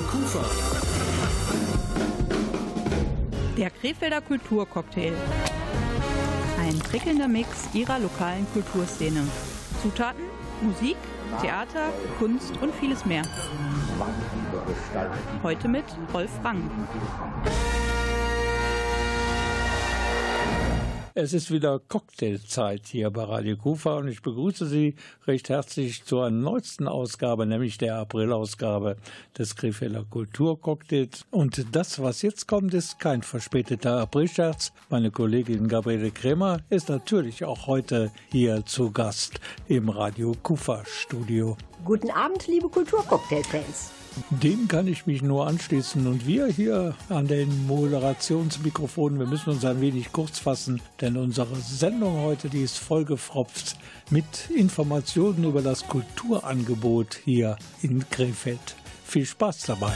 Kufa. Der Krefelder Kulturcocktail. Ein prickelnder Mix ihrer lokalen Kulturszene. Zutaten, Musik, Theater, Kunst und vieles mehr. Heute mit Rolf Rang. Es ist wieder Cocktailzeit hier bei Radio Kufa und ich begrüße Sie recht herzlich zur neuesten Ausgabe, nämlich der Aprilausgabe des Krefelder Kulturcocktails. Und das, was jetzt kommt, ist kein verspäteter Aprilscherz. Meine Kollegin Gabriele Krämer ist natürlich auch heute hier zu Gast im Radio Kufa Studio. Guten Abend, liebe Kulturcocktail-Fans. Dem kann ich mich nur anschließen und wir hier an den Moderationsmikrofonen, wir müssen uns ein wenig kurz fassen, denn unsere Sendung heute, die ist vollgepfropft mit Informationen über das Kulturangebot hier in Krefeld. Viel Spaß dabei.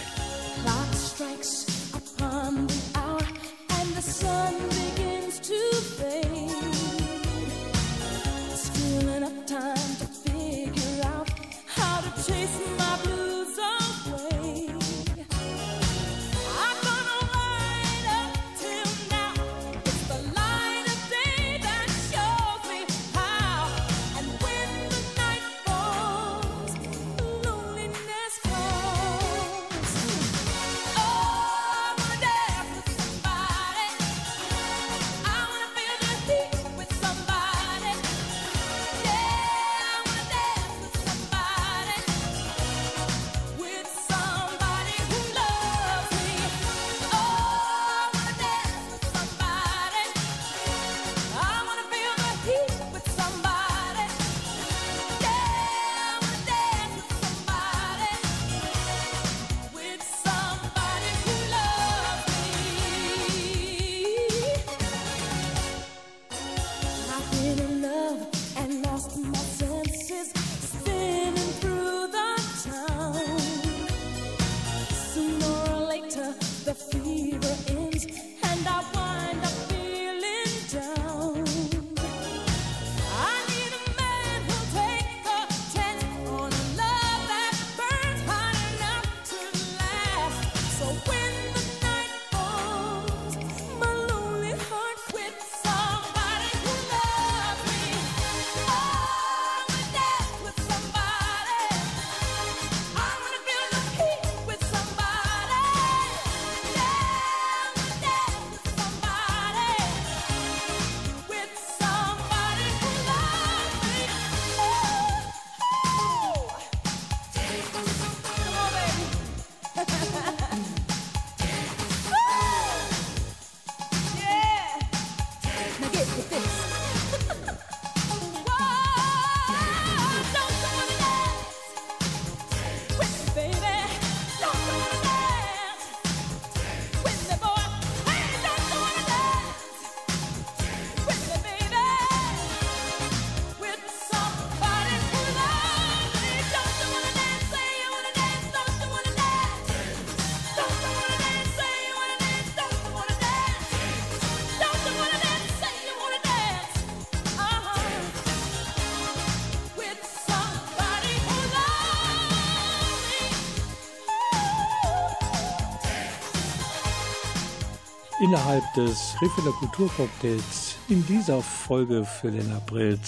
Innerhalb des Krefelder Kulturcocktails in dieser Folge für den April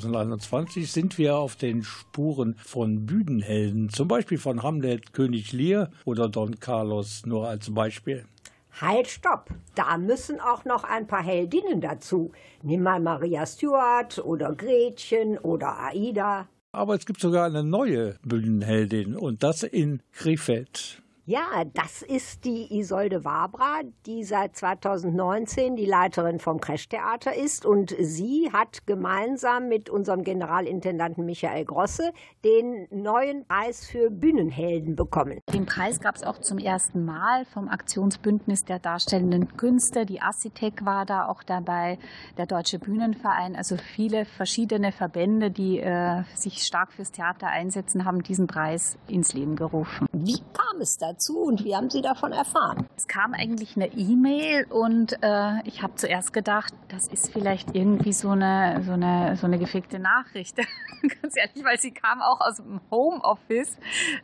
2021 sind wir auf den Spuren von Bühnenhelden, zum Beispiel von Hamlet, König Lear oder Don Carlos, nur als Beispiel. Halt, stopp! Da müssen auch noch ein paar Heldinnen dazu. Nimm mal Maria Stuart oder Gretchen oder Aida. Aber es gibt sogar eine neue Bühnenheldin und das in Krefeld. Ja, das ist die Isolde Wabra, die seit 2019 die Leiterin vom Crash-Theater ist. Und sie hat gemeinsam mit unserem Generalintendanten Michael Grosse den neuen Preis für Bühnenhelden bekommen. Den Preis gab es auch zum ersten Mal vom Aktionsbündnis der darstellenden Künste. Die Assitec war da auch dabei, der Deutsche Bühnenverein. Also viele verschiedene Verbände, die sich stark fürs Theater einsetzen, haben diesen Preis ins Leben gerufen. Wie kam es dazu? dazu und wie haben Sie davon erfahren? Es kam eigentlich eine E-Mail und ich habe zuerst gedacht, das ist vielleicht irgendwie so eine gefickte Nachricht. Ganz ehrlich, weil sie kam auch aus dem Homeoffice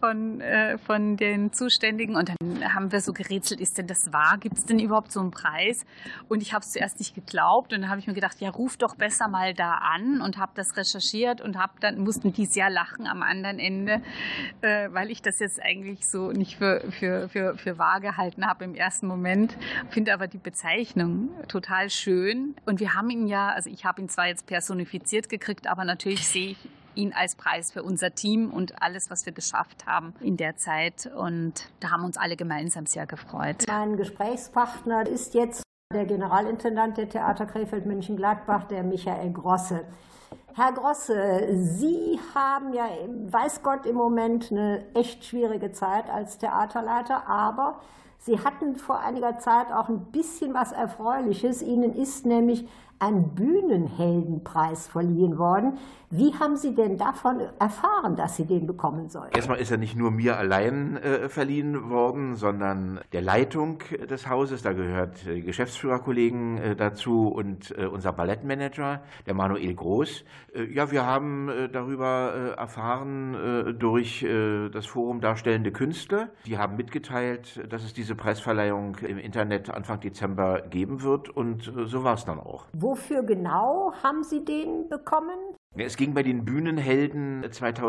von den Zuständigen und dann haben wir so gerätselt, ist denn das wahr? Gibt es denn überhaupt so einen Preis? Und ich habe es zuerst nicht geglaubt und dann habe ich mir gedacht, ja, ruf doch besser mal da an und habe das recherchiert und mussten die sehr lachen am anderen Ende, weil ich das jetzt eigentlich so nicht für wahr gehalten habe im ersten Moment. Finde aber die Bezeichnung total schön und wir haben ihn ja, also ich habe ihn zwar jetzt personifiziert gekriegt, aber natürlich sehe ich ihn als Preis für unser Team und alles, was wir geschafft haben in der Zeit. Und da haben uns alle gemeinsam sehr gefreut. Mein Gesprächspartner ist jetzt der Generalintendant der Theater Krefeld-Mönchengladbach, der Michael Grosse. Herr Grosse, Sie haben ja, weiß Gott, im Moment eine echt schwierige Zeit als Theaterleiter, aber Sie hatten vor einiger Zeit auch ein bisschen was Erfreuliches. Ihnen ist nämlich ein Bühnenheldenpreis verliehen worden. Wie haben Sie denn davon erfahren, dass Sie den bekommen sollen? Erstmal ist er nicht nur mir allein verliehen worden, sondern der Leitung des Hauses. Da gehört Geschäftsführerkollegen dazu und unser Ballettmanager, der Manuel Groß. Ja, wir haben darüber erfahren durch das Forum Darstellende Künste. Die haben mitgeteilt, dass es diese Preisverleihung im Internet Anfang Dezember geben wird und so war es dann auch. Wofür genau haben Sie den bekommen? Es ging bei den Bühnenhelden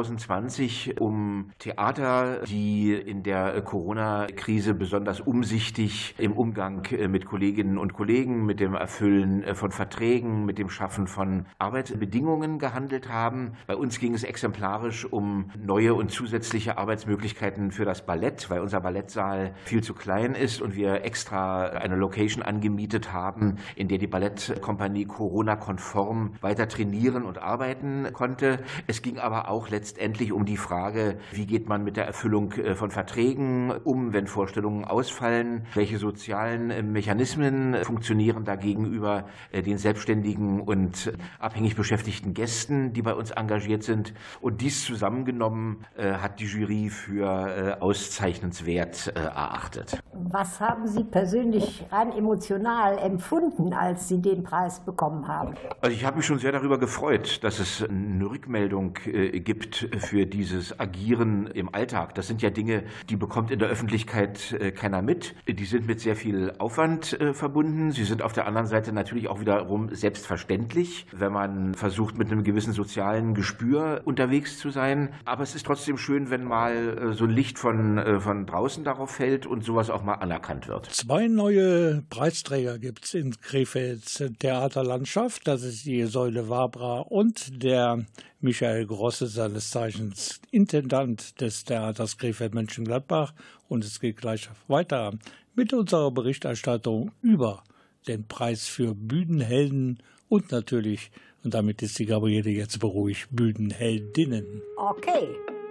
2020 um Theater, die in der Corona-Krise besonders umsichtig im Umgang mit Kolleginnen und Kollegen, mit dem Erfüllen von Verträgen, mit dem Schaffen von Arbeitsbedingungen gehandelt haben. Bei uns ging es exemplarisch um neue und zusätzliche Arbeitsmöglichkeiten für das Ballett, weil unser Ballettsaal viel zu klein ist und wir extra eine Location angemietet haben, in der die Ballettkompanie Corona-konform weiter trainieren und arbeiten konnte. Es ging aber auch letztendlich um die Frage, wie geht man mit der Erfüllung von Verträgen um, wenn Vorstellungen ausfallen, welche sozialen Mechanismen funktionieren da gegenüber den selbstständigen und abhängig beschäftigten Gästen, die bei uns engagiert sind. Und dies zusammengenommen hat die Jury für auszeichnenswert erachtet. Was haben Sie persönlich rein emotional empfunden, als Sie den Preis bekommen haben? Also ich habe mich schon sehr darüber gefreut, dass es eine Rückmeldung gibt für dieses Agieren im Alltag. Das sind ja Dinge, die bekommt in der Öffentlichkeit keiner mit. Die sind mit sehr viel Aufwand verbunden. Sie sind auf der anderen Seite natürlich auch wiederum selbstverständlich, wenn man versucht, mit einem gewissen sozialen Gespür unterwegs zu sein. Aber es ist trotzdem schön, wenn mal so ein Licht von draußen darauf fällt und sowas auch mal anerkannt wird. 2 neue Preisträger gibt es in Krefelds Theaterlandschaft. Das ist die Isolde Wabra und der Michael Grosse, seines Zeichens Intendant des Theaters Krefeld-Mönchengladbach. Und es geht gleich weiter mit unserer Berichterstattung über den Preis für Bühnenhelden und natürlich, und damit ist die Gabriele jetzt beruhigt, Bühnenheldinnen. Okay.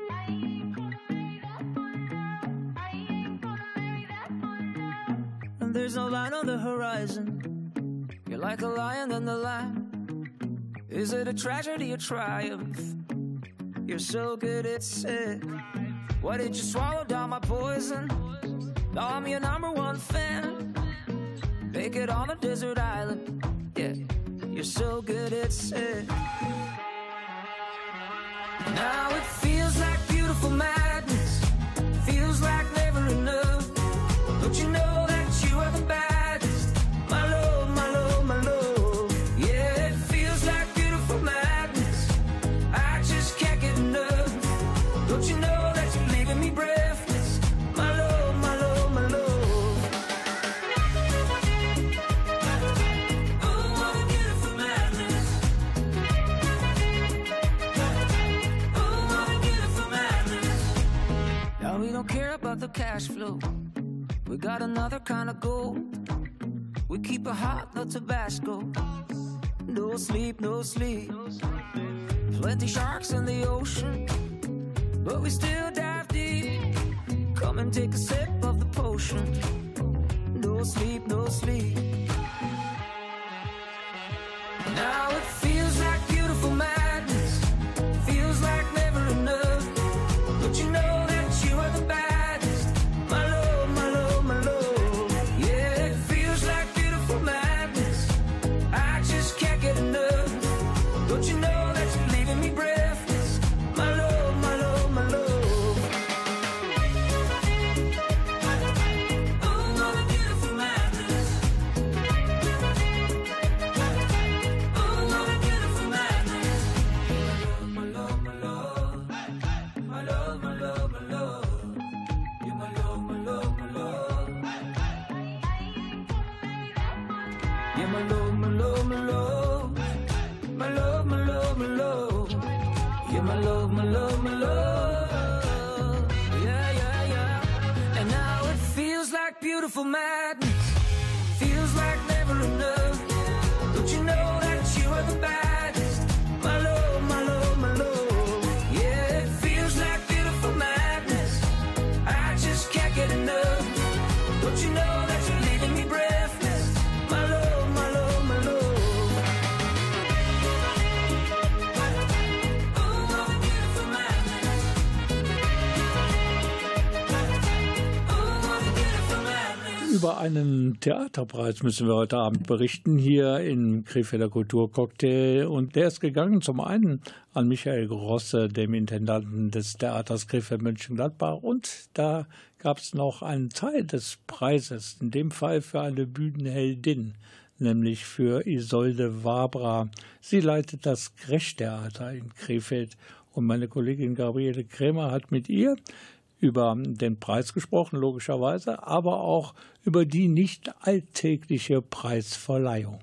There's no line on the horizon. You're like a lion in the lamb. Is it a tragedy or triumph? You're so good at sick. Why did you swallow down my poison? Now I'm your #1 fan. Make it on a desert island. Yeah, you're so good at sick. Now it feels like beautiful madness. Feels like never enough. Don't you know that you are the baddest? My love, my love, my love. Yeah, it feels like beautiful madness. I just can't get enough. Don't you know that you're leaving me breathless? My love, my love, my love. Oh, what a beautiful madness. Oh, what a beautiful madness. Now we don't care about the cash flow. We got another kind of gold. We keep it hot, no Tabasco. No sleep, no sleep. Plenty sharks in the ocean, but we still dive deep. Come and take a sip of the potion. No sleep, no sleep. Now it feels like beautiful madness. Feels like never enough. Don't you know that you are the baddest? My you know that you're leaving me breathless? My love, my love, my love. Oh, what a beautiful madness. Oh, what a beautiful madness. My love, my love, my love, my love, my love. You're my love, my love, my love. Yeah, my love, my love, my love. My love, my love, my love. Yeah, my love, my love, my love. Yeah, yeah, yeah. And now it feels like beautiful madness. Feels like never enough. Don't you know that you are the baddest? My love, my love, my love. Yeah, it feels like beautiful madness. I just can't get enough. Don't you know that you're leaving me breathless? My love, my love, my love. Oh, what a beautiful madness. Oh, what a beautiful madness. Über einen Theaterpreis müssen wir heute Abend berichten hier im Krefelder Kulturcocktail. Und der ist gegangen zum einen an Michael Grosse, dem Intendanten des Theaters Krefeld-Mönchengladbach. Und da gab es noch einen Teil des Preises, in dem Fall für eine Bühnenheldin, nämlich für Isolde Wabra. Sie leitet das Kresch-Theater in Krefeld. Und meine Kollegin Gabriele Krämer hat mit ihr über den Preis gesprochen, logischerweise, aber auch über die nicht alltägliche Preisverleihung.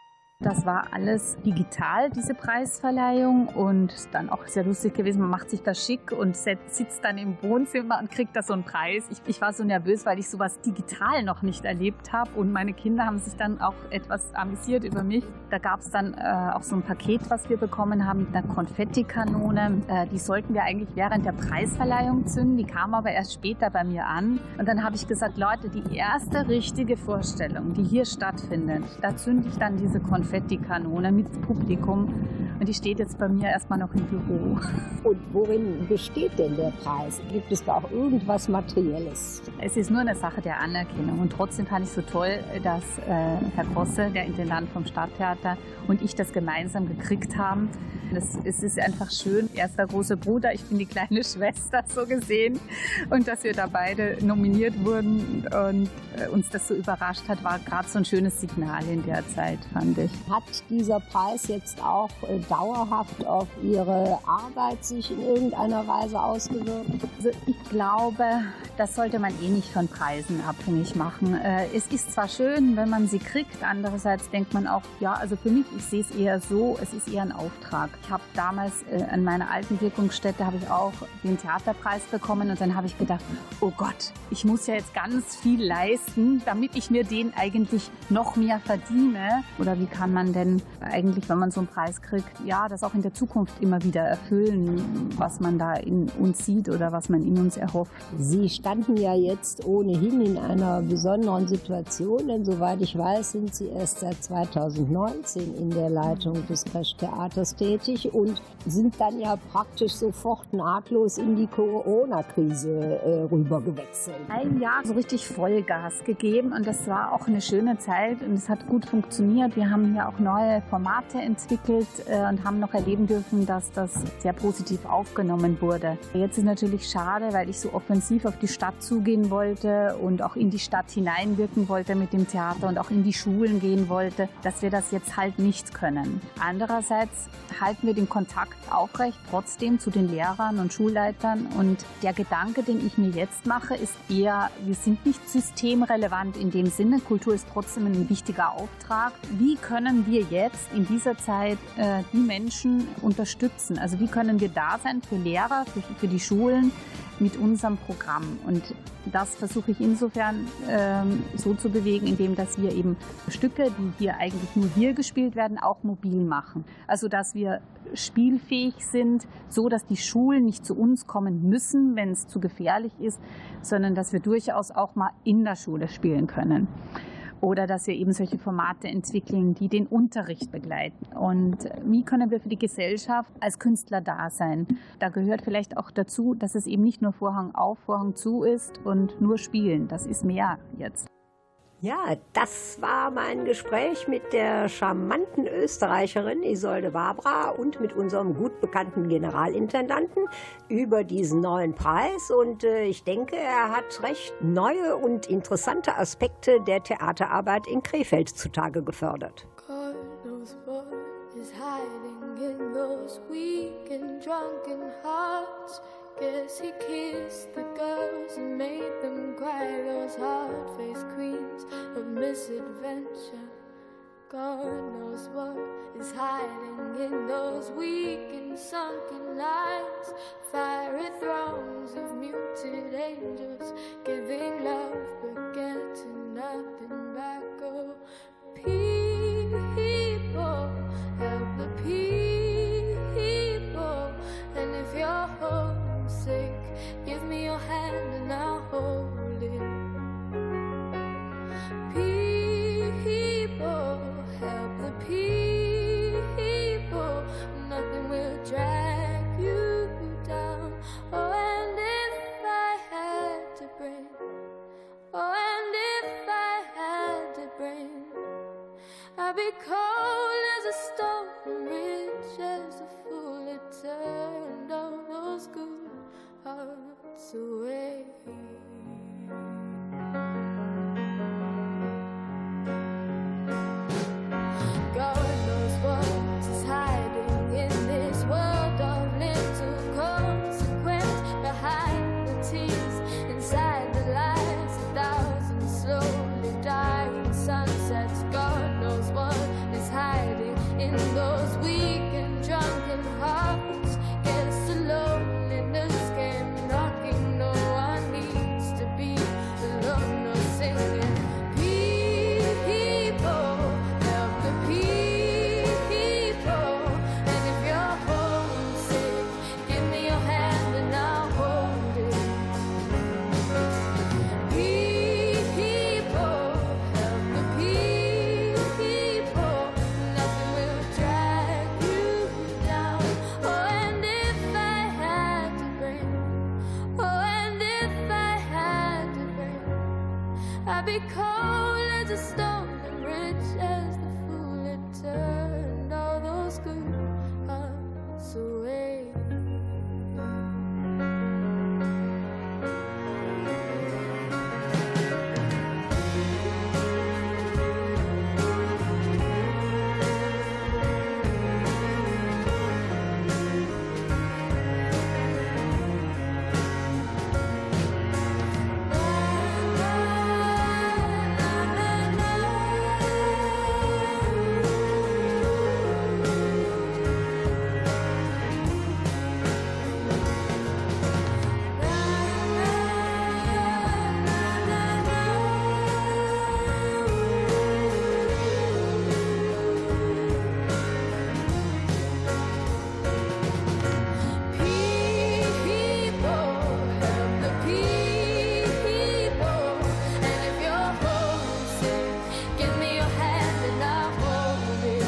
Das war alles digital, diese Preisverleihung, und dann auch sehr lustig gewesen. Man macht sich da schick und sitzt dann im Wohnzimmer und kriegt da so einen Preis. Ich war so nervös, weil ich sowas digital noch nicht erlebt habe, und meine Kinder haben sich dann auch etwas amüsiert über mich. Da gab es dann auch so ein Paket, was wir bekommen haben mit einer Konfettikanone. Die sollten wir eigentlich während der Preisverleihung zünden, die kam aber erst später bei mir an. Und dann habe ich gesagt, Leute, die erste richtige Vorstellung, die hier stattfindet, da zünde ich dann diese Konfettikanone mit Publikum, und die steht jetzt bei mir erstmal noch im Büro. Und worin besteht denn der Preis? Gibt es da auch irgendwas Materielles? Es ist nur eine Sache der Anerkennung, und trotzdem fand ich es so toll, dass Herr Grosse, der Intendant vom Stadttheater, und ich das gemeinsam gekriegt haben. Es ist einfach schön. Er ist der große Bruder, ich bin die kleine Schwester, so gesehen. Und dass wir da beide nominiert wurden und uns das so überrascht hat, war gerade so ein schönes Signal in der Zeit, fand ich. Hat dieser Preis jetzt auch dauerhaft auf Ihre Arbeit sich in irgendeiner Weise ausgewirkt? Also ich glaube, das sollte man eh nicht von Preisen abhängig machen. Es ist zwar schön, wenn man sie kriegt, andererseits denkt man auch, ja, also für mich, ich sehe es eher so, es ist eher ein Auftrag. Ich habe damals an meiner alten Wirkungsstätte habe ich auch den Theaterpreis bekommen, und dann habe ich gedacht, oh Gott, ich muss ja jetzt ganz viel leisten, damit ich mir den eigentlich noch mehr verdiene. Oder wie kann man denn eigentlich, wenn man so einen Preis kriegt, ja, das auch in der Zukunft immer wieder erfüllen, was man da in uns sieht oder was man in uns erhofft. Sie standen ja jetzt ohnehin in einer besonderen Situation, denn soweit ich weiß, sind Sie erst seit 2019 in der Leitung des Kresch-Theaters tätig und sind dann ja praktisch sofort nahtlos in die Corona-Krise rübergewechselt. Ein Jahr so richtig Vollgas gegeben, und das war auch eine schöne Zeit, und es hat gut funktioniert. Wir haben ja auch neue Formate entwickelt und haben noch erleben dürfen, dass das sehr positiv aufgenommen wurde. Jetzt ist natürlich schade, weil ich so offensiv auf die Stadt zugehen wollte und auch in die Stadt hineinwirken wollte mit dem Theater und auch in die Schulen gehen wollte, dass wir das jetzt halt nicht können. Andererseits halten wir den Kontakt aufrecht trotzdem zu den Lehrern und Schulleitern, und der Gedanke, den ich mir jetzt mache, ist eher, wir sind nicht systemrelevant in dem Sinne, Kultur ist trotzdem ein wichtiger Auftrag. Wie können wir jetzt in dieser Zeit die Menschen unterstützen? Also wie können wir da sein für Lehrer, für die Schulen mit unserem Programm? Und das versuche ich insofern so zu bewegen, indem dass wir eben Stücke, die hier eigentlich nur hier gespielt werden, auch mobil machen. Also dass wir spielfähig sind, so dass die Schulen nicht zu uns kommen müssen, wenn es zu gefährlich ist, sondern dass wir durchaus auch mal in der Schule spielen können. Oder dass wir eben solche Formate entwickeln, die den Unterricht begleiten. Und wie können wir für die Gesellschaft als Künstler da sein? Da gehört vielleicht auch dazu, dass es eben nicht nur Vorhang auf, Vorhang zu ist und nur spielen. Das ist mehr jetzt. Ja, das war mein Gespräch mit der charmanten Österreicherin Isolde Wabra und mit unserem gut bekannten Generalintendanten über diesen neuen Preis. Und ich denke, er hat recht neue und interessante Aspekte der Theaterarbeit in Krefeld zutage gefördert. God knows what is hiding in those weak and drunken hearts. Guess he kissed the girls and made them cry, those hard-faced queens of misadventure. God knows what is hiding in those weak and sunken lines, fiery throngs of muted angels giving love but getting nothing back. Oh, people, help the people, and if you're homesick, give me your hand and I'll hold it. People, help the people, nothing will drag you down. Oh, and if I had to bring, oh, and if I had to bring, I'd be cold as a stone, rich as a fool. It turned all those good hearts away. God knows what is hiding in this world of little consequence, behind the tears, inside the lies, 1,000 slowly dying sunsets. God knows what is hiding in those weak and drunken hearts. Guess the loneliness came knocking. No one needs to be alone or singing. People, help the people. And if you're homesick, give me your hand and I'll hold it. People, help the people. Nothing will drag you down. Oh, and if I had to bring, oh, and if I had to bring, I'd be cold as a stone and rich as the fool. It turned all those good hearts away. People, help the people. And if you're homesick, give me your hand and I'll hold it.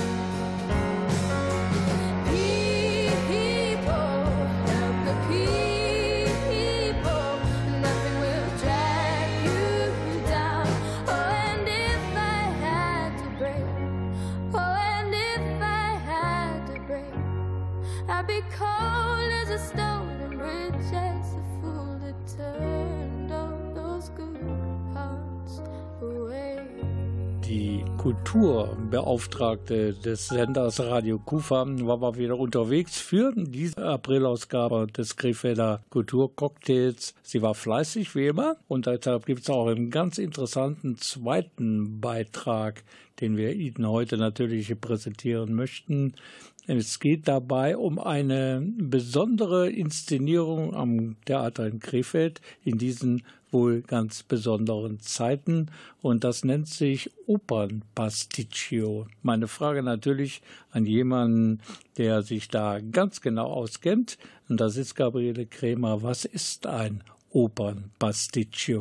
People, help the people. Nothing will drag you down. Oh, and if I had to break, oh, and if I had to break, I'd be cold as a stone and rich as a fool. That turned all those good hearts away. Die Kulturbeauftragte des Senders Radio Kufa war mal wieder unterwegs für diese Aprilausgabe des Krefelder Kulturcocktails. Sie war fleißig wie immer und deshalb gibt es auch einen ganz interessanten zweiten Beitrag, den wir Ihnen heute natürlich präsentieren möchten. Es geht dabei um eine besondere Inszenierung am Theater in Krefeld in diesen wohl ganz besonderen Zeiten und das nennt sich Opernpasticcio. Meine Frage natürlich an jemanden, der sich da ganz genau auskennt, und das ist Gabriele Krämer. Was ist ein Opernpasticcio?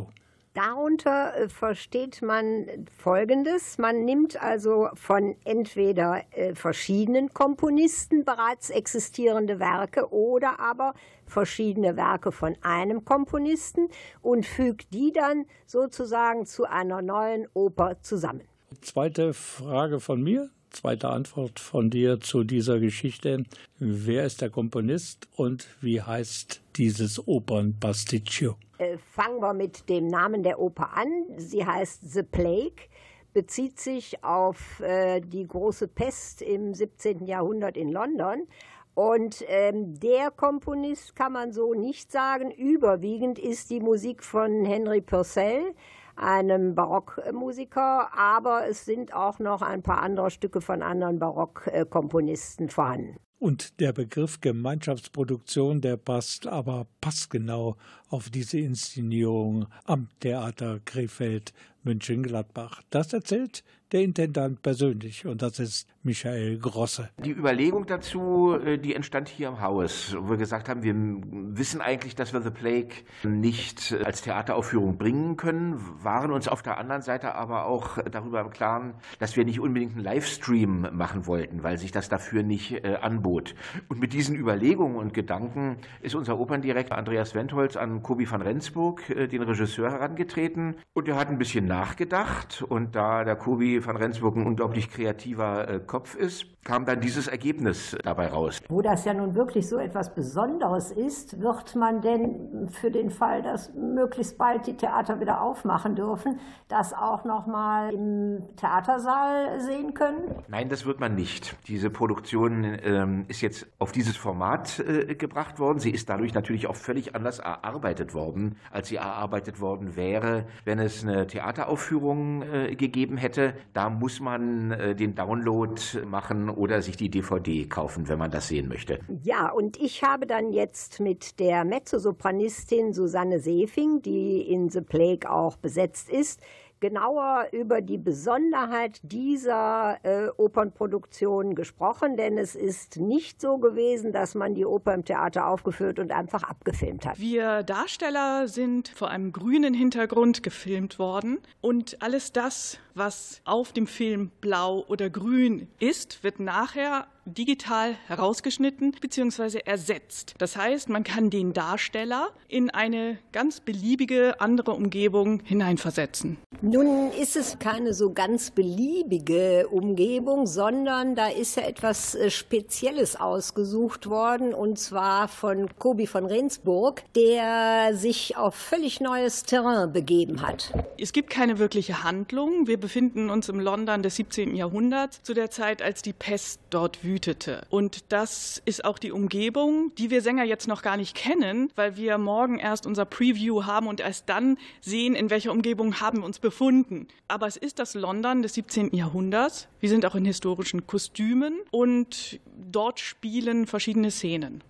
Darunter versteht man Folgendes. Man nimmt also von entweder verschiedenen Komponisten bereits existierende Werke oder aber verschiedene Werke von einem Komponisten und fügt die dann sozusagen zu einer neuen Oper zusammen. Zweite Frage von mir. Zweite Antwort von dir zu dieser Geschichte. Wer ist der Komponist und wie heißt dieses Opernpasticcio? Fangen wir mit dem Namen der Oper an. Sie heißt The Plague, bezieht sich auf die große Pest im 17. Jahrhundert in London. Und der Komponist kann man so nicht sagen. Überwiegend ist die Musik von Henry Purcell, einem Barockmusiker, aber es sind auch noch ein paar andere Stücke von anderen Barockkomponisten vorhanden. Und der Begriff Gemeinschaftsproduktion, der passt aber passgenau auf diese Inszenierung am Theater Krefeld München-Gladbach. Das erzählt der Intendant persönlich und das ist Michael Grosse. Die Überlegung dazu, die entstand hier im Haus, wo wir gesagt haben, wir wissen eigentlich, dass wir The Plague nicht als Theateraufführung bringen können, waren uns auf der anderen Seite aber auch darüber im Klaren, dass wir nicht unbedingt einen Livestream machen wollten, weil sich das dafür nicht anbot. Und mit diesen Überlegungen und Gedanken ist unser Operndirektor Andreas Wendholz an Kobi van Rensburg, den Regisseur, herangetreten und er hat ein bisschen nachgedacht und da der Kobi van Rensburg ein unglaublich kreativer Kopf ist, kam dann dieses Ergebnis dabei raus. Wo das ja nun wirklich so etwas Besonderes ist, wird man denn für den Fall, dass möglichst bald die Theater wieder aufmachen dürfen, das auch noch mal im Theatersaal sehen können? Nein, das wird man nicht. Diese Produktion ist jetzt auf dieses Format gebracht worden. Sie ist dadurch natürlich auch völlig anders erarbeitet worden, als sie erarbeitet worden wäre, wenn es eine Theateraufführung gegeben hätte. Da muss man den Download machen oder sich die DVD kaufen, wenn man das sehen möchte. Ja, und ich habe dann jetzt mit der Mezzosopranistin Susanne Sefing, die in The Plague auch besetzt ist, genauer über die Besonderheit dieser Opernproduktion gesprochen, denn es ist nicht so gewesen, dass man die Oper im Theater aufgeführt und einfach abgefilmt hat. Wir Darsteller sind vor einem grünen Hintergrund gefilmt worden und alles das, was auf dem Film blau oder grün ist, wird nachher digital herausgeschnitten bzw. ersetzt. Das heißt, man kann den Darsteller in eine ganz beliebige andere Umgebung hineinversetzen. Nun ist es keine so ganz beliebige Umgebung, sondern da ist ja etwas Spezielles ausgesucht worden, und zwar von Kobi van Rensburg, der sich auf völlig neues Terrain begeben hat. Es gibt keine wirkliche Handlung. Wir befinden uns im London des 17. Jahrhunderts, zu der Zeit, als die Pest dort wütete. Und das ist auch die Umgebung, die wir Sänger jetzt noch gar nicht kennen, weil wir morgen erst unser Preview haben und erst dann sehen, in welcher Umgebung haben wir uns befunden. Aber es ist das London des 17. Jahrhunderts. Wir sind auch in historischen Kostümen und dort spielen verschiedene Szenen.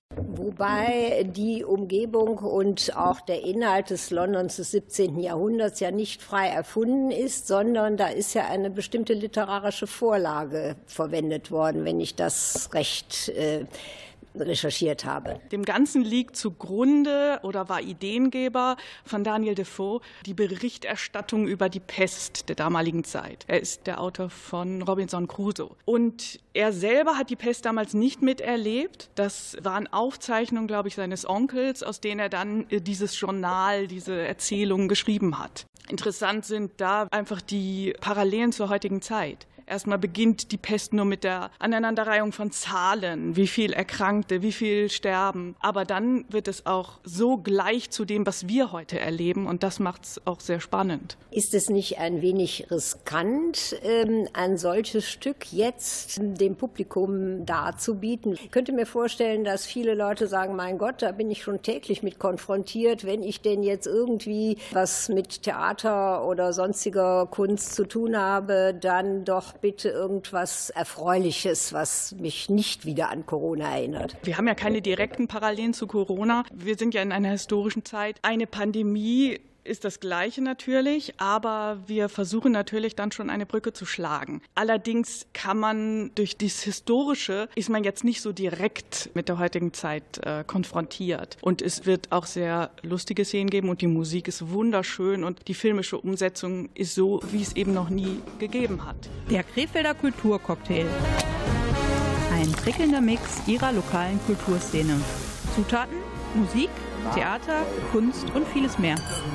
Wobei die Umgebung und auch der Inhalt des Londons des 17. Jahrhunderts ja nicht frei erfunden ist, sondern da ist ja eine bestimmte literarische Vorlage verwendet worden, wenn ich das recht recherchiert habe. Dem Ganzen liegt zugrunde oder war Ideengeber von Daniel Defoe die Berichterstattung über die Pest der damaligen Zeit. Er ist der Autor von Robinson Crusoe. Und er selber hat die Pest damals nicht miterlebt. Das waren Aufzeichnungen, glaube ich, seines Onkels, aus denen er dann dieses Journal, diese Erzählungen geschrieben hat. Interessant sind da einfach die Parallelen zur heutigen Zeit. Erstmal beginnt die Pest nur mit der Aneinanderreihung von Zahlen, wie viel Erkrankte, wie viel sterben. Aber dann wird es auch so gleich zu dem, was wir heute erleben, und das macht es auch sehr spannend. Ist es nicht ein wenig riskant, ein solches Stück jetzt dem Publikum darzubieten? Ich könnte mir vorstellen, dass viele Leute sagen, mein Gott, da bin ich schon täglich mit konfrontiert, wenn ich denn jetzt irgendwie was mit Theater oder sonstiger Kunst zu tun habe, dann doch bitte irgendwas Erfreuliches, was mich nicht wieder an Corona erinnert. Wir haben ja keine direkten Parallelen zu Corona. Wir sind ja in einer historischen Zeit. Eine Pandemie ist das Gleiche natürlich, aber wir versuchen natürlich dann schon eine Brücke zu schlagen. Allerdings kann man durch das Historische, ist man jetzt nicht so direkt mit der heutigen Zeit konfrontiert. Und es wird auch sehr lustige Szenen geben und die Musik ist wunderschön und die filmische Umsetzung ist so, wie es eben noch nie gegeben hat. Der Krefelder Kulturcocktail. Ein prickelnder Mix ihrer lokalen Kulturszene. Zutaten, Musik, Theater, Kunst und vieles mehr.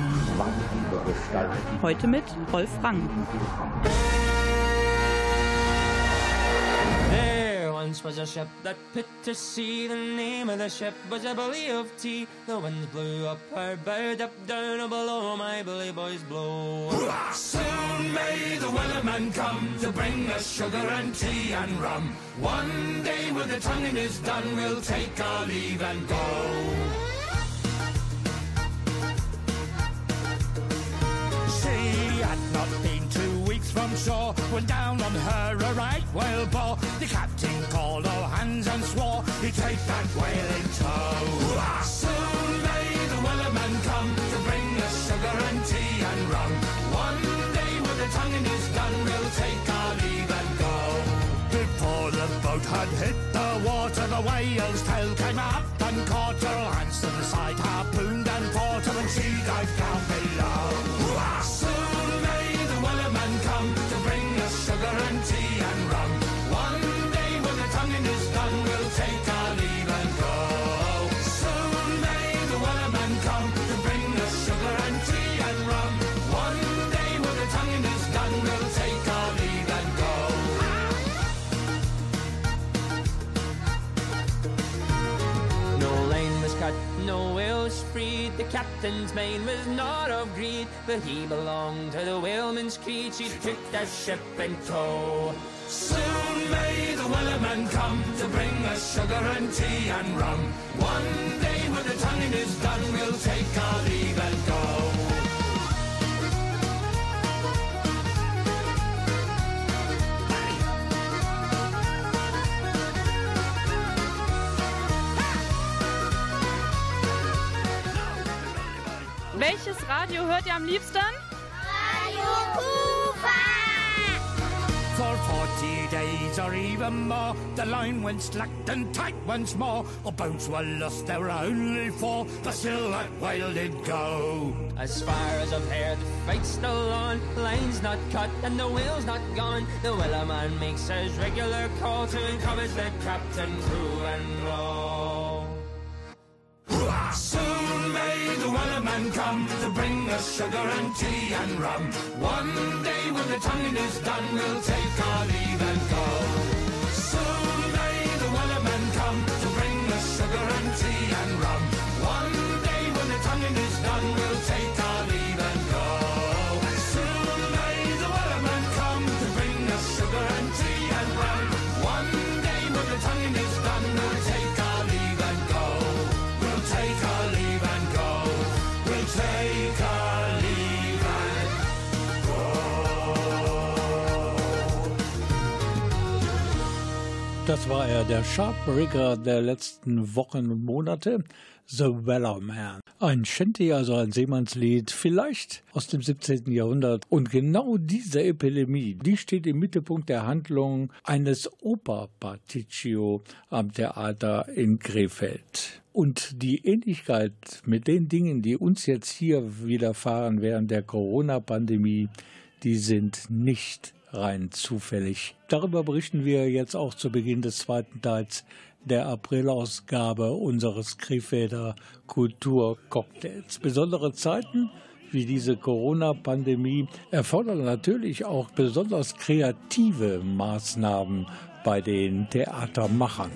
Heute mit Rolf Rang. Once was a ship that put to sea. The name of the ship was a Billy of Tea. The winds blew up her bow, up down or below. My Billy boys blow. Soon may the wellerman come to bring us sugar and tea and rum. One day when the tonguing is done, we'll take our leave and go. She had not been 2 weeks from shore when down on her a right whale bore. The captain called all hands and swore he'd take that whale in tow. Soon may the wellerman come to bring us sugar and tea and rum. One day when the tonguing is done, we'll take our leave and go. Before the boat had hit the water, the whale's tail came up and caught her. Hands to the side, harpooned and fought her, and she dived down below. Soon may the wellerman come to bring us sugar and tea and rum. One day when the tonguing is done, we'll take our leave and go. Soon may the wellerman come to bring us sugar and tea and rum. One day when the tonguing is done, we'll take our leave and go. No line was cut, no whales freed. The captain's mind was not of greed, but he belonged to the whaleman's creed. She took that ship in tow. Soon may the wellerman come to bring us sugar and tea and rum. One day when the tonguing is done, we'll take our leave and go. Welches Radio hört ihr am liebsten? Radio Kufa! For 40 days or even more, the line went slack and tight once more. Our boats were lost, there were only 4, but still that whale did go. As far as I've heard, the fight's still on. Line's not cut and the whale's not gone. The wellerman makes his regular call to encourage the captain, crew and row. Soon may the wellerman come to bring us sugar and tea and rum. One day when the tonguing is done, we'll take our leave and go. Soon may the wellerman come to bring us sugar and tea and rum. One day when the tonguing is done, we'll take our leave and go. Soon may the wellerman come to bring us sugar and tea and rum. One day when the tonguing is done, we'll take our leave and go. We'll take our leave and go. We'll take our leave and go. Das war er, der Chartbreaker der letzten Wochen und Monate, The Wellerman. Ein Shanty, also ein Seemannslied, vielleicht aus dem 17. Jahrhundert. Und genau diese Epidemie, die steht im Mittelpunkt der Handlung eines Operpartitio am Theater in Krefeld. Und die Ähnlichkeit mit den Dingen, die uns jetzt hier widerfahren während der Corona-Pandemie, die sind nicht rein zufällig. Darüber berichten wir jetzt auch zu Beginn des zweiten Teils der Aprilausgabe unseres Krefelder Kulturcocktails. Besondere Zeiten wie diese Corona-Pandemie erfordern natürlich auch besonders kreative Maßnahmen bei den Theatermachern.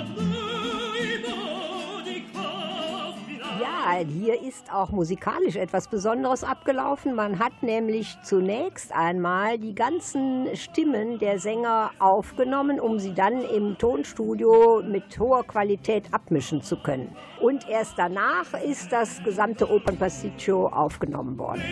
Ja, hier ist auch musikalisch etwas Besonderes abgelaufen. Man hat nämlich zunächst einmal die ganzen Stimmen der Sänger aufgenommen, um sie dann im Tonstudio mit hoher Qualität abmischen zu können. Und erst danach ist das gesamte Opernpasticcio aufgenommen worden.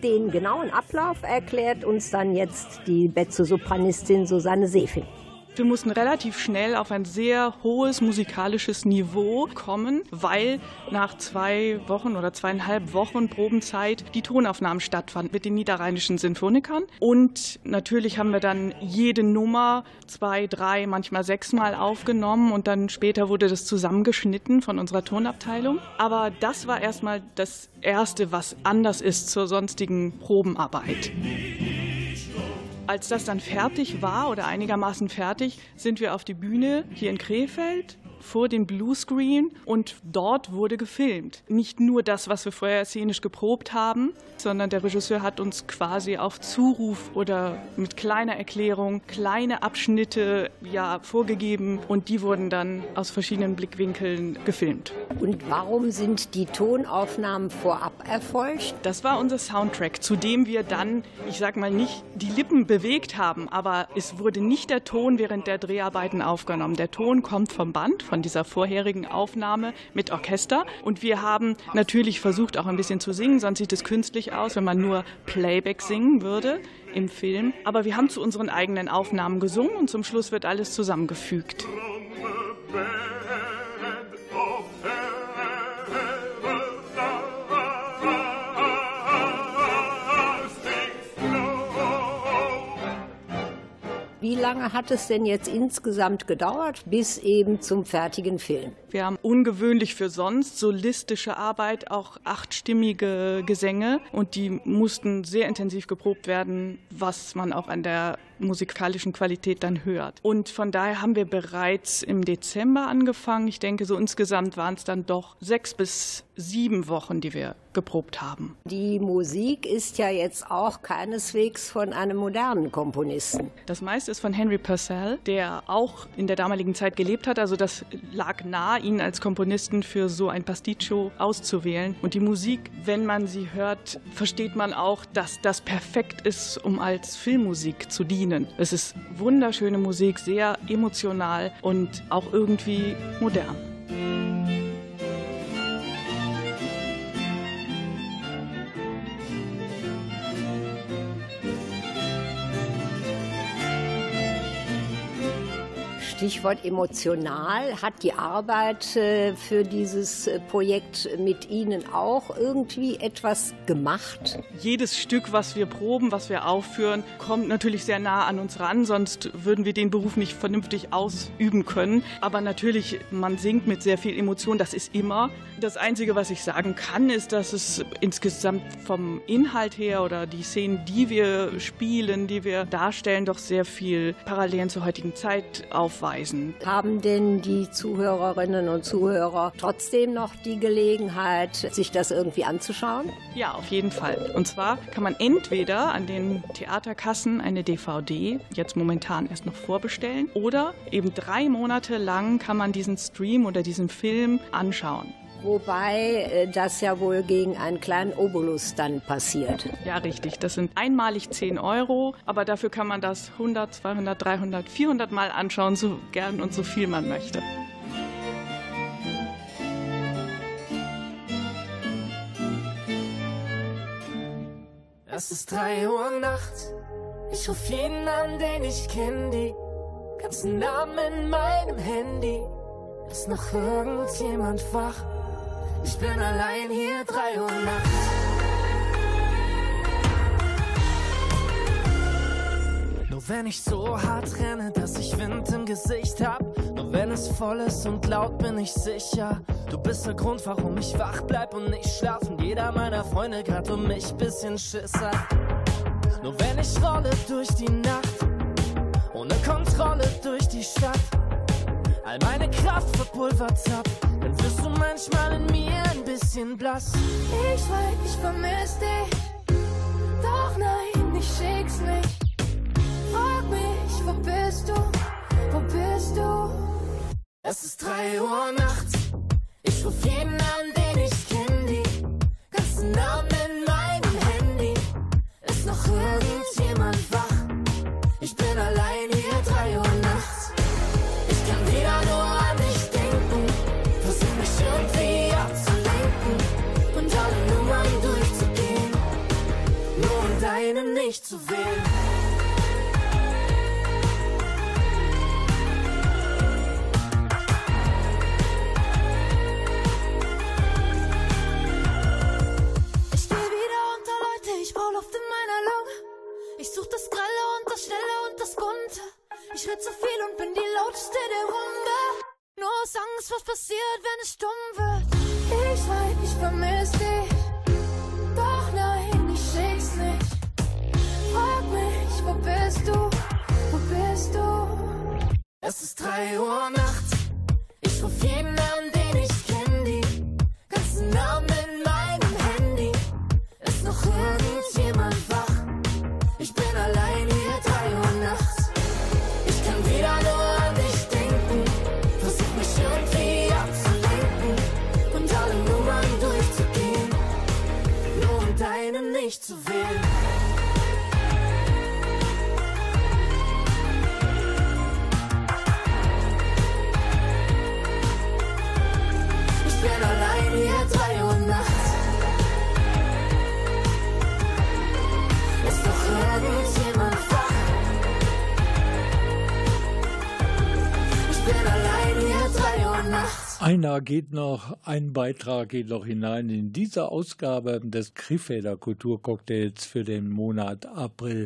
Den genauen Ablauf erklärt uns dann jetzt die Mezzosopranistin Susanne Sefing. Wir mussten relativ schnell auf ein sehr hohes musikalisches Niveau kommen, weil nach 2 Wochen oder 2,5 Wochen Probenzeit die Tonaufnahmen stattfanden mit den niederrheinischen Sinfonikern. Und natürlich haben wir dann jede Nummer 2, 3, manchmal 6 Mal aufgenommen und dann später wurde das zusammengeschnitten von unserer Tonabteilung. Aber das war erstmal das Erste, was anders ist zur sonstigen Probenarbeit. Als das dann fertig war oder einigermaßen fertig, sind wir auf die Bühne hier in Krefeld vor dem Bluescreen und dort wurde gefilmt. Nicht nur das, was wir vorher szenisch geprobt haben, sondern der Regisseur hat uns quasi auf Zuruf oder mit kleiner Erklärung kleine Abschnitte vorgegeben und die wurden dann aus verschiedenen Blickwinkeln gefilmt. Und warum sind die Tonaufnahmen vorab erfolgt? Das war unser Soundtrack, zu dem wir dann, ich sag mal nicht die Lippen bewegt haben, aber es wurde nicht der Ton während der Dreharbeiten aufgenommen. Der Ton kommt vom Band, von dieser vorherigen Aufnahme mit Orchester. Und wir haben natürlich versucht, auch ein bisschen zu singen, sonst sieht es künstlich aus, wenn man nur Playback singen würde im Film. Aber wir haben zu unseren eigenen Aufnahmen gesungen und zum Schluss wird alles zusammengefügt. Wie lange hat es denn jetzt insgesamt gedauert, bis eben zum fertigen Film? Wir haben ungewöhnlich für sonst solistische Arbeit auch 8-stimmige Gesänge und die mussten sehr intensiv geprobt werden, was man auch an der musikalischen Qualität dann hört. Und von daher haben wir bereits im Dezember angefangen. Ich denke, so insgesamt waren es dann doch 6 bis 7 Wochen, die wir geprobt haben. Die Musik ist ja jetzt auch keineswegs von einem modernen Komponisten. Das meiste ist von Henry Purcell, der auch in der damaligen Zeit gelebt hat. Also das lag nahe, ihn als Komponisten für so ein Pasticcio auszuwählen. Und die Musik, wenn man sie hört, versteht man auch, dass das perfekt ist, um als Filmmusik zu dienen. Es ist wunderschöne Musik, sehr emotional und auch irgendwie modern. Stichwort emotional. Hat die Arbeit für dieses Projekt mit Ihnen auch irgendwie etwas gemacht? Jedes Stück, was wir proben, was wir aufführen, kommt natürlich sehr nah an uns ran, sonst würden wir den Beruf nicht vernünftig ausüben können. Aber natürlich, man singt mit sehr viel Emotion, das ist immer. Das Einzige, was ich sagen kann, ist, dass es insgesamt vom Inhalt her oder die Szenen, die wir spielen, die wir darstellen, doch sehr viel Parallelen zur heutigen Zeit aufweisen. Haben denn die Zuhörerinnen und Zuhörer trotzdem noch die Gelegenheit, sich das irgendwie anzuschauen? Ja, auf jeden Fall. Und zwar kann man entweder an den Theaterkassen eine DVD, jetzt momentan erst noch vorbestellen, oder eben 3 Monate lang kann man diesen Stream oder diesen Film anschauen. Wobei das ja wohl gegen einen kleinen Obolus dann passiert. Ja, richtig. Das sind einmalig 10 €, aber dafür kann man das 100, 200, 300, 400 Mal anschauen, so gern und so viel man möchte. Es ist 3 Uhr nachts, ich ruf jeden an, den ich kenn, die ganzen Namen in meinem Handy. Ist noch irgendjemand wach? Ich bin allein hier, 3 Uhr nachts. Nur wenn ich so hart renne, dass ich Wind im Gesicht hab. Nur wenn es voll ist und laut, bin ich sicher. Du bist der Grund, warum ich wach bleib und nicht schlaf. Und jeder meiner Freunde grad um mich bisschen Schiss hat. Nur wenn ich rolle durch die Nacht, ohne Kontrolle durch die Stadt, all meine Kraft verpulvert hab, dann wirst du manchmal in mir ein bisschen blass. Ich weiß, ich vermiss dich, doch nein, ich schick's nicht. Frag mich, wo bist du, wo bist du? Es ist 3 Uhr nachts, ich ruf jeden an, den ich kenn, die ganzen Namen in meinem Handy. Ist noch irgendjemand wach? Ich bin allein hier, 3 Uhr nachts. Ich kann wieder nur an dich denken, versuch mich irgendwie abzulenken und alle Nummern durchzugehen. deinen nicht zu wählen. Ich steh wieder unter Leute, ich brauch Luft in meiner Lunge. Ich such das Grelle und das Schnelle und das Bunte. Ich red zu viel und bin die lauteste der Runde. Nur aus Angst, was passiert, wenn es stumm wird. Ich weiß, ich vermiss dich. Doch nein, ich schick's nicht. Frag mich, wo bist du? Wo bist du? Es ist 3 Uhr nachts. Ich ruf jeden an, den ich kenn. Die ganzen Namen in meinem Handy. Ist noch irgendjemand wach? Ich bin allein hier 3 Uhr nachts. Ich kann wieder nur an dich denken. Versuch mich irgendwie abzulenken und alle Nummern durchzugehen, nur um deinen nicht zu wählen. Ich bin allein hier 3 Uhr nachts. Ist noch irgendjemand wach? Ich bin allein hier 3 Uhr nachts. Einer geht noch, ein Beitrag geht noch hinein in diese Ausgabe des Krefelder Kulturcocktails für den Monat April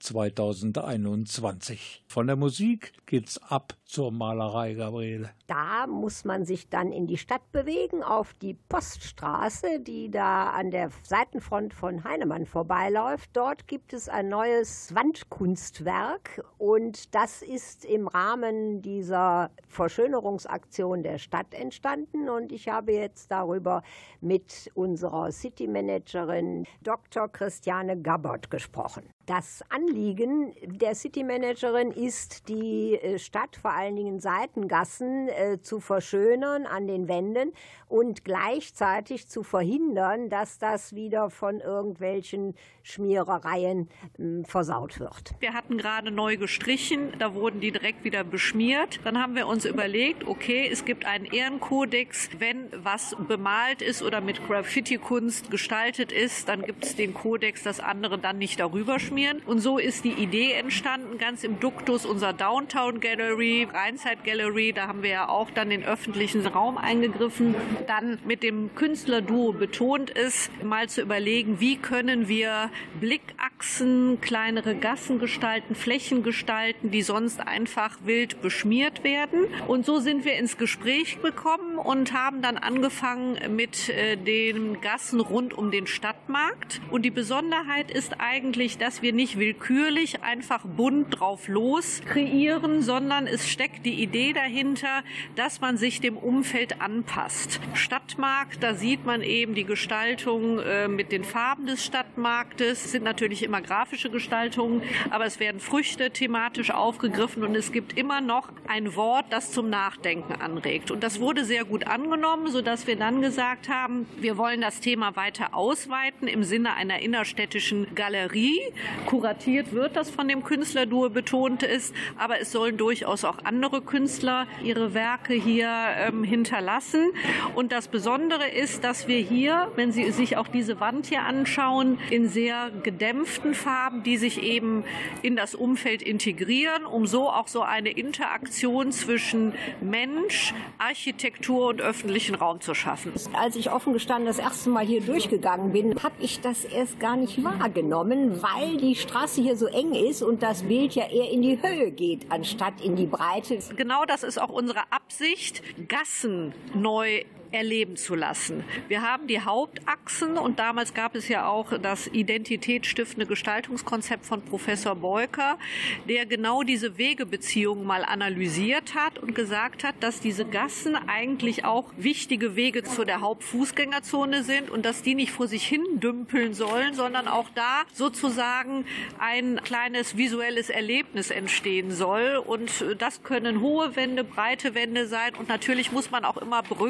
2021. Von der Musik geht's ab zur Malerei, Gabriele. Da muss man sich dann in die Stadt bewegen, auf die Poststraße, die da an der Seitenfront von Heinemann vorbeiläuft. Dort gibt es ein neues Wandkunstwerk und das ist im Rahmen dieser Verschönerungsaktion der Stadt entstanden. Und ich habe jetzt darüber mit unserer City-Managerin Dr. Christiane Gabbert gesprochen. Das Anliegen der City-Managerin ist, die Stadt, vor allen Dingen Seitengassen, zu verschönern an den Wänden und gleichzeitig zu verhindern, dass das wieder von irgendwelchen Schmierereien versaut wird. Wir hatten gerade neu gestrichen, da wurden die direkt wieder beschmiert. Dann haben wir uns überlegt, okay, es gibt einen Ehrenkodex, wenn was bemalt ist oder mit Graffiti-Kunst gestaltet ist, dann gibt es den Kodex, dass andere dann nicht darüber schmieren. Und so ist die Idee entstanden, ganz im Duktus unserer Downtown Gallery, Rheinzeit Gallery, da haben wir ja auch dann den öffentlichen Raum eingegriffen. Dann mit dem Künstlerduo betont ist, mal zu überlegen, wie können wir Blickachsen, kleinere Gassen gestalten, Flächen gestalten, die sonst einfach wild beschmiert werden. Und so sind wir ins Gespräch gekommen und haben dann angefangen mit den Gassen rund um den Stadtmarkt. Und die Besonderheit ist eigentlich, dass wir nicht willkürlich einfach bunt drauf los kreieren, sondern es steckt die Idee dahinter, dass man sich dem Umfeld anpasst. Stadtmarkt, da sieht man eben die Gestaltung mit den Farben des Stadtmarktes. Es sind natürlich immer grafische Gestaltungen, aber es werden Früchte thematisch aufgegriffen und es gibt immer noch ein Wort, das zum Nachdenken anregt. Und das wurde sehr gut angenommen, sodass wir dann gesagt haben, wir wollen das Thema weiter ausweiten im Sinne einer innerstädtischen Galerie. Kuratiert wird das von dem Künstlerduo betont ist, aber es sollen durchaus auch andere Künstler ihre Werke hier hinterlassen. Und das Besondere ist, dass wir hier, wenn Sie sich auch diese Wand hier anschauen, in sehr gedämpften Farben, die sich eben in das Umfeld integrieren, um so auch so eine Interaktion zwischen Mensch, Architektur und öffentlichen Raum zu schaffen. Als ich offen gestanden das erste Mal hier durchgegangen bin, habe ich das erst gar nicht wahrgenommen, weil die Straße hier so eng ist und das Bild ja eher in die Höhe geht, anstatt in die Breite. Genau das ist auch unsere Absicht, Gassen neu erleben zu lassen. Wir haben die Hauptachsen und damals gab es ja auch das identitätsstiftende Gestaltungskonzept von Professor Beuker, der genau diese Wegebeziehungen mal analysiert hat und gesagt hat, dass diese Gassen eigentlich auch wichtige Wege zu der Hauptfußgängerzone sind und dass die nicht vor sich hin dümpeln sollen, sondern auch da sozusagen ein kleines visuelles Erlebnis entstehen soll. Und das können hohe Wände, breite Wände sein und natürlich muss man auch immer berücksichtigen,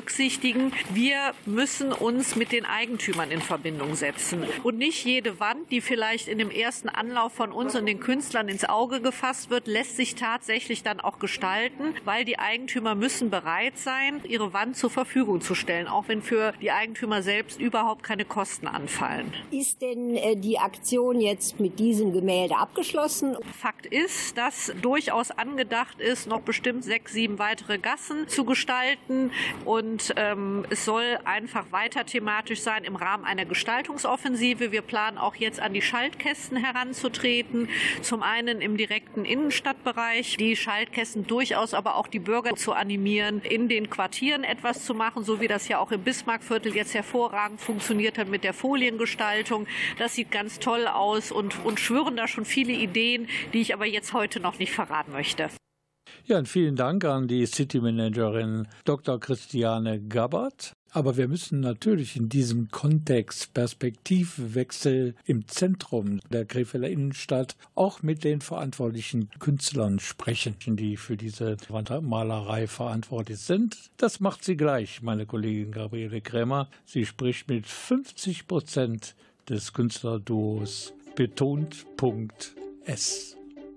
berücksichtigen. Wir müssen uns mit den Eigentümern in Verbindung setzen. Und nicht jede Wand, die vielleicht in dem ersten Anlauf von uns und den Künstlern ins Auge gefasst wird, lässt sich tatsächlich dann auch gestalten, weil die Eigentümer müssen bereit sein, ihre Wand zur Verfügung zu stellen, auch wenn für die Eigentümer selbst überhaupt keine Kosten anfallen. Ist denn die Aktion jetzt mit diesem Gemälde abgeschlossen? Fakt ist, dass durchaus angedacht ist, noch bestimmt 6, 7 weitere Gassen zu gestalten und es soll einfach weiter thematisch sein im Rahmen einer Gestaltungsoffensive. Wir planen auch jetzt an die Schaltkästen heranzutreten, zum einen im direkten Innenstadtbereich, die Schaltkästen durchaus aber auch die Bürger zu animieren, in den Quartieren etwas zu machen, so wie das ja auch im Bismarckviertel jetzt hervorragend funktioniert hat mit der Foliengestaltung. Das sieht ganz toll aus und schwirren da schon viele Ideen, die ich aber jetzt heute noch nicht verraten möchte. Ja, und vielen Dank an die City-Managerin Dr. Christiane Gabbert. Aber wir müssen natürlich in diesem Kontext Perspektivwechsel im Zentrum der Krefelder Innenstadt auch mit den verantwortlichen Künstlern sprechen, die für diese Wandmalerei verantwortlich sind. Das macht sie gleich, meine Kollegin Gabriele Krämer. Sie spricht mit 50% des Künstlerduos Betont.S.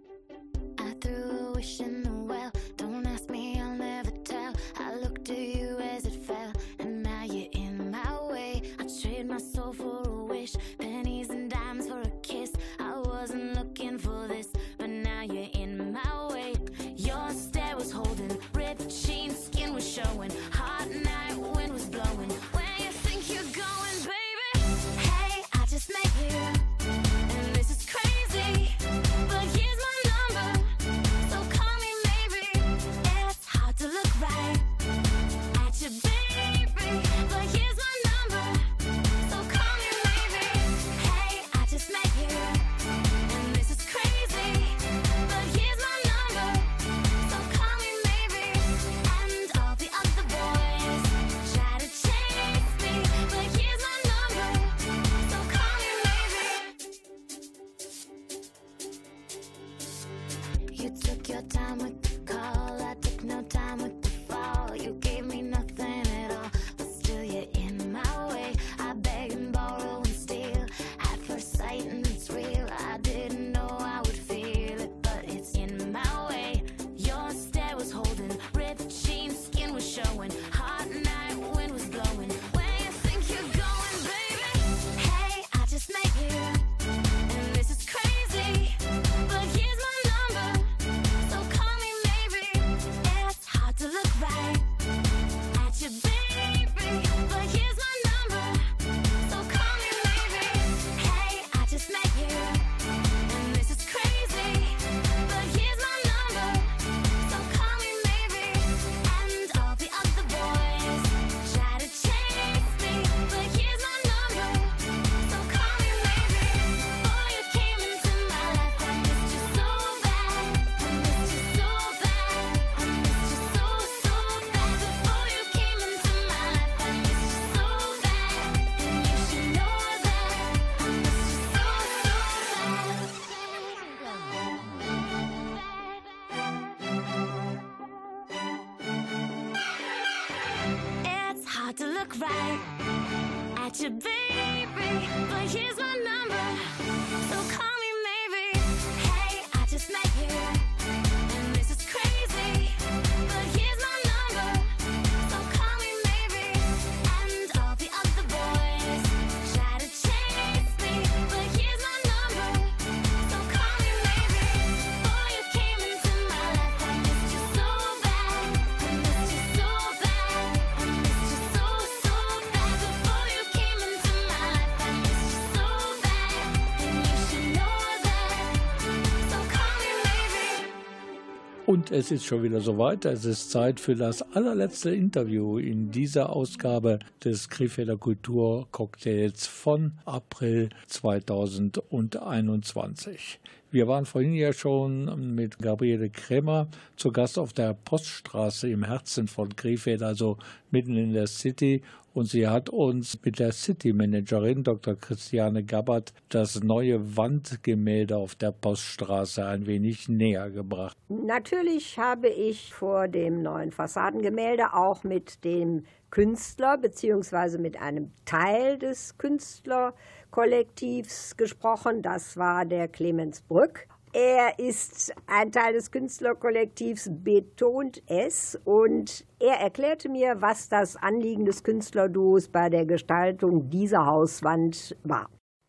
Und es ist schon wieder soweit. Es ist Zeit für das allerletzte Interview in dieser Ausgabe des Krefelder Kulturcocktails von April 2021. Wir waren vorhin ja schon mit Gabriele Krämer zu Gast auf der Poststraße im Herzen von Krefeld, also mitten in der City. Und sie hat uns mit der City-Managerin Dr. Christiane Gabbert das neue Wandgemälde auf der Poststraße ein wenig näher gebracht. Natürlich habe ich vor dem neuen Fassadengemälde auch mit dem Künstler bzw. mit einem Teil des Künstlerkollektivs gesprochen. Das war der Clemens Brück. Er ist ein Teil des Künstlerkollektivs, betont es, und er erklärte mir, was das Anliegen des Künstlerduos bei der Gestaltung dieser Hauswand war.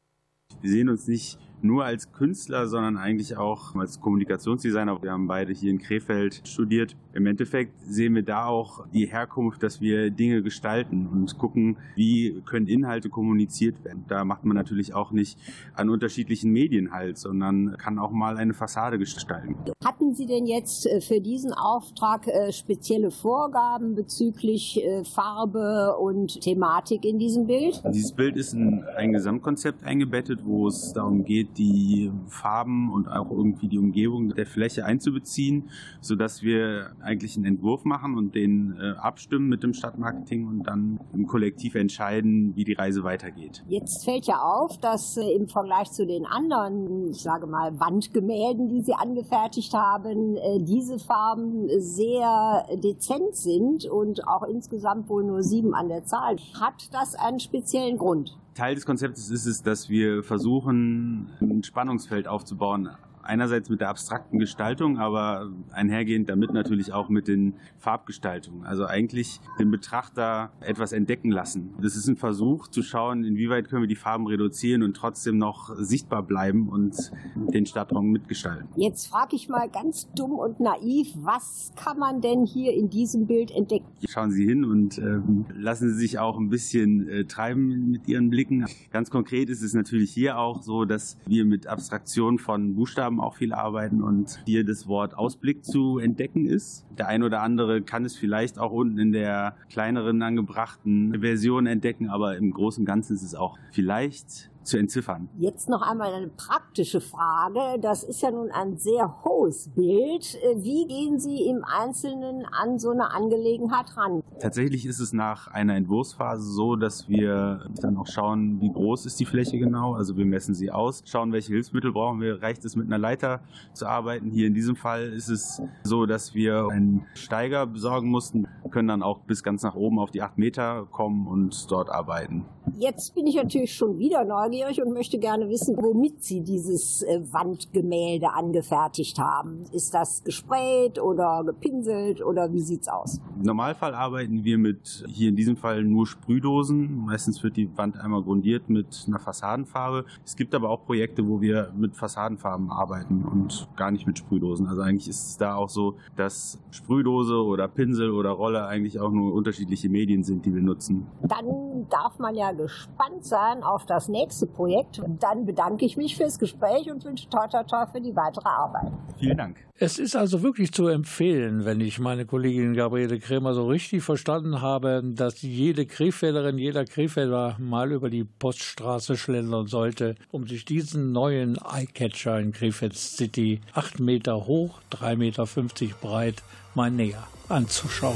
Wir sehen uns nicht nur als Künstler, sondern eigentlich auch als Kommunikationsdesigner. Wir haben beide hier in Krefeld studiert. Im Endeffekt sehen wir da auch die Herkunft, dass wir Dinge gestalten und gucken, wie können Inhalte kommuniziert werden. Da macht man natürlich auch nicht an unterschiedlichen Medien halt, sondern kann auch mal eine Fassade gestalten. Hatten Sie denn jetzt für diesen Auftrag spezielle Vorgaben bezüglich Farbe und Thematik in diesem Bild? Dieses Bild ist in ein Gesamtkonzept eingebettet, wo es darum geht, die Farben und auch irgendwie die Umgebung der Fläche einzubeziehen, sodass wir eigentlich einen Entwurf machen und den abstimmen mit dem Stadtmarketing und dann im Kollektiv entscheiden, wie die Reise weitergeht. Jetzt fällt ja auf, dass im Vergleich zu den anderen, ich sage mal, Wandgemälden, die Sie angefertigt haben, diese Farben sehr dezent sind und auch insgesamt wohl nur 7 an der Zahl. Hat das einen speziellen Grund? Teil des Konzeptes ist es, dass wir versuchen, ein Spannungsfeld aufzubauen. Einerseits mit der abstrakten Gestaltung, aber einhergehend damit natürlich auch mit den Farbgestaltungen. Also eigentlich den Betrachter etwas entdecken lassen. Das ist ein Versuch zu schauen, inwieweit können wir die Farben reduzieren und trotzdem noch sichtbar bleiben und den Stadtraum mitgestalten. Jetzt frage ich mal ganz dumm und naiv, was kann man denn hier in diesem Bild entdecken? Schauen Sie hin und lassen Sie sich auch ein bisschen treiben mit Ihren Blicken. Ganz konkret ist es natürlich hier auch so, dass wir mit Abstraktion von Buchstaben auch viel arbeiten und hier das Wort Ausblick zu entdecken ist. Der ein oder andere kann es vielleicht auch unten in der kleineren angebrachten Version entdecken, aber im Großen und Ganzen ist es auch vielleicht zu entziffern. Jetzt noch einmal eine praktische Frage. Das ist ja nun ein sehr hohes Bild. Wie gehen Sie im Einzelnen an so eine Angelegenheit ran? Tatsächlich ist es nach einer Entwurfsphase so, dass wir dann auch schauen, wie groß ist die Fläche genau. Also wir messen sie aus, schauen, welche Hilfsmittel brauchen wir. Reicht es, mit einer Leiter zu arbeiten? Hier in diesem Fall ist es so, dass wir einen Steiger besorgen mussten, können dann auch bis ganz nach oben auf die 8 Meter kommen und dort arbeiten. Jetzt bin ich natürlich schon wieder neugierig und möchte gerne wissen, womit Sie dieses Wandgemälde angefertigt haben. Ist das gesprayt oder gepinselt oder wie sieht's aus? Im Normalfall arbeiten wir mit, hier in diesem Fall, nur Sprühdosen. Meistens wird die Wand einmal grundiert mit einer Fassadenfarbe. Es gibt aber auch Projekte, wo wir mit Fassadenfarben arbeiten und gar nicht mit Sprühdosen. Also eigentlich ist es da auch so, dass Sprühdose oder Pinsel oder Rolle eigentlich auch nur unterschiedliche Medien sind, die wir nutzen. Dann darf man ja gespannt sein auf das nächste Projekt. Dann bedanke ich mich fürs Gespräch und wünsche toi toi toi für die weitere Arbeit. Vielen Dank. Es ist also wirklich zu empfehlen, wenn ich meine Kollegin Gabriele Krämer so richtig verstanden habe, dass jede Krefelderin, jeder Krefelder mal über die Poststraße schlendern sollte, um sich diesen neuen Eyecatcher in Krefeld City, 8 Meter hoch, 3,50 Meter breit, mal näher anzuschauen.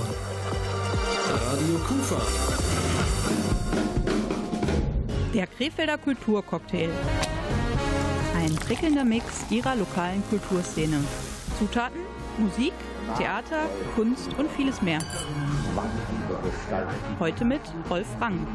Radio Kufa. Der Krefelder Kulturcocktail. Ein prickelnder Mix ihrer lokalen Kulturszene. Zutaten, Musik, Theater, Kunst und vieles mehr. Heute mit Rolf Rang.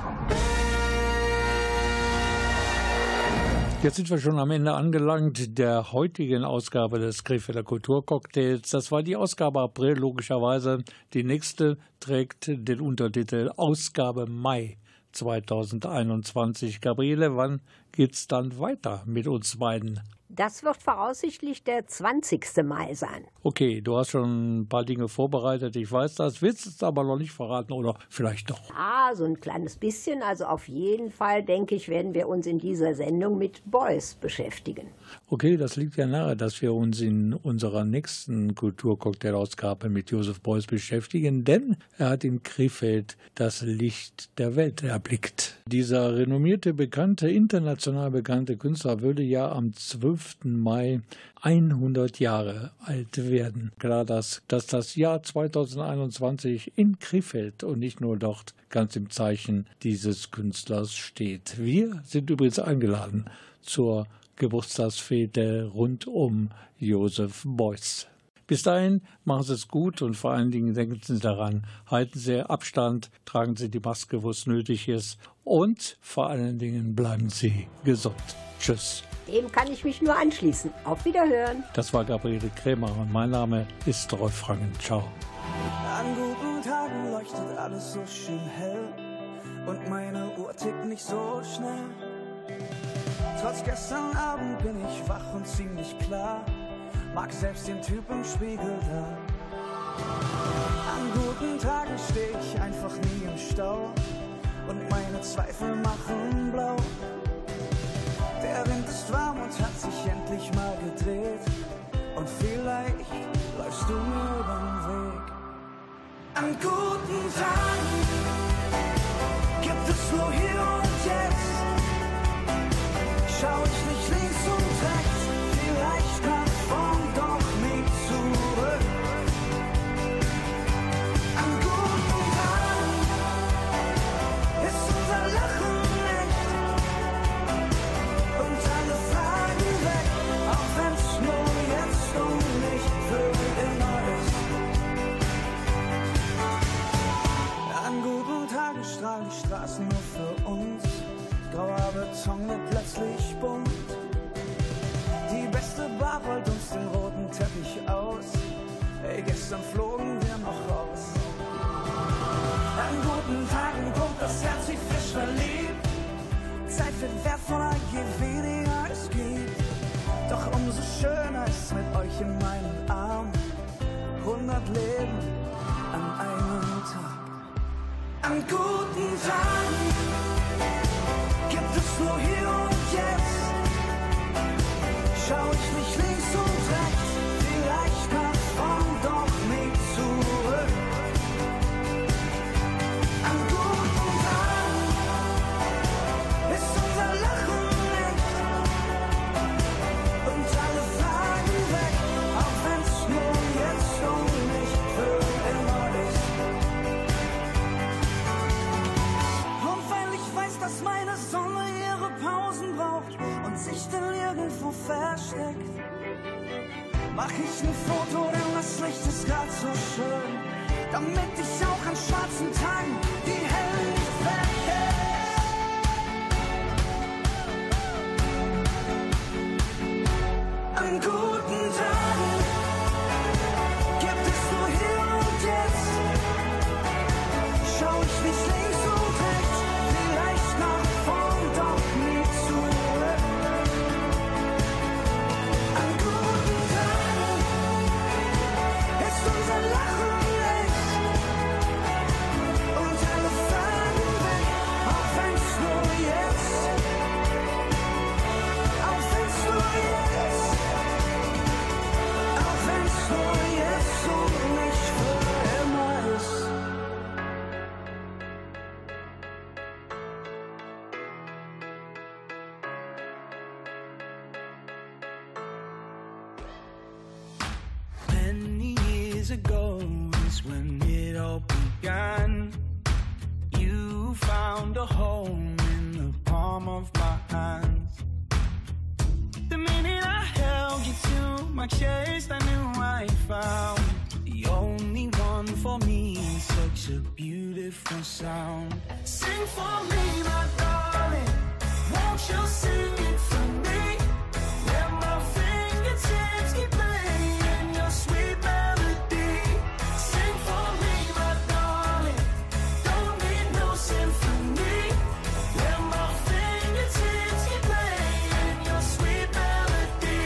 Jetzt sind wir schon am Ende angelangt der heutigen Ausgabe des Krefelder Kulturcocktails. Das war die Ausgabe April, logischerweise. Die nächste trägt den Untertitel Ausgabe Mai 2021. Gabriele, wann geht's dann weiter mit uns beiden? Das wird voraussichtlich der 20. Mai sein. Okay, du hast schon ein paar Dinge vorbereitet, ich weiß das, willst es aber noch nicht verraten oder vielleicht doch? Ah, so ein kleines bisschen. Also auf jeden Fall, denke ich, werden wir uns in dieser Sendung mit Beuys beschäftigen. Okay, das liegt ja nahe, dass wir uns in unserer nächsten Kulturcocktail-Ausgabe mit Joseph Beuys beschäftigen, denn er hat in Krefeld das Licht der Welt erblickt. Dieser renommierte, bekannte, international bekannte Künstler würde ja am 12. Mai 100 Jahre alt werden. Klar, dass das Jahr 2021 in Krefeld und nicht nur dort ganz im Zeichen dieses Künstlers steht. Wir sind übrigens eingeladen zur Geburtstagsfete rund um Joseph Beuys. Bis dahin machen Sie es gut und vor allen Dingen denken Sie daran, halten Sie Abstand, tragen Sie die Maske, wo es nötig ist und vor allen Dingen bleiben Sie gesund. Tschüss. Dem kann ich mich nur anschließen. Auf Wiederhören. Das war Gabriele Krämer und mein Name ist Rolf Rangen. Ciao. An guten Tagen leuchtet alles so schön hell und meine Uhr tickt nicht so schnell. Trotz gestern Abend bin ich wach und ziemlich klar, mag selbst den Typ im Spiegel da. An guten Tagen steh ich einfach nie im Stau und meine Zweifel machen blau. Der Wind ist warm und hat sich endlich mal gedreht und vielleicht läufst du mir übern Weg. An guten Tagen gibt es nur hier und jetzt. Schau ich nicht links und rechts, vielleicht nach vorn, doch nie zurück. An guten Tagen ist unser Lachen echt und alle Fragen weg, auch wenn's nur jetzt und nicht für immer ist. An guten Tagen strahlen die Straßen nur für uns. Grauer Beton wird plötzlich bunt. Die beste Bar rollt uns den roten Teppich aus. Ey, gestern flogen wir noch raus. An guten Tagen pumpt das Herz wie frisch verliebt. Zeit wird wertvoller, je weniger es gibt. Doch umso schöner ist mit euch in meinen Armen. 100 Leben an einem Tag. An guten Tagen gibt es nur hier und jetzt. Schau ich nicht links und rechts, vielleicht nach vorn, doch nie zurück. An guten Tagen ist unser Lachen echt und alle Fragen weg, auch wenn's nur jetzt und nicht für immer ist. Und weil ich weiß, dass meine Sonne ihre Pausen braucht und sich dann irgendwo versteckt, mach ich ein Foto, denn das Licht ist grad so schön, damit ich auch an schwarzen Tagen die hellen nicht vergesse. An guten Tagen gibt es nur hier und jetzt. Schau ich nicht links und rechts, vielleicht nach vorn, doch nie zurück. An guten Tagen ist unser Lachen echt und alle Fragen weg, auch wenn's nur jetzt, auch wenn's nur jetzt, auch wenn's nur jetzt und nicht für immer ist. Many years ago is when it all began. You found a home in the palm of my hands. The minute I held you to my chest, I knew I found the only one for me. Such a beautiful sound. Sing for me, my darling. Won't you sing it for me? Let my fingertips keep playing your sweet melody. Sing for me, my darling. Don't need no symphony. Let my fingertips keep playing your sweet melody.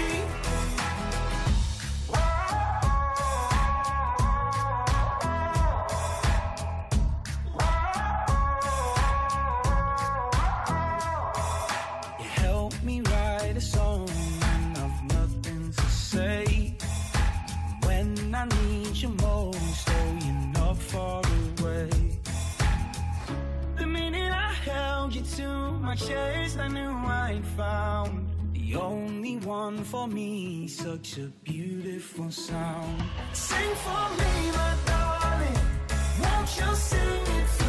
You help me write a song and I've nothing to say. When I need you most, oh, you're not far away. The minute I held you to my chest, I knew I'd found the only one for me. Such a beautiful sound. Sing for me, my darling. Won't you sing it for me?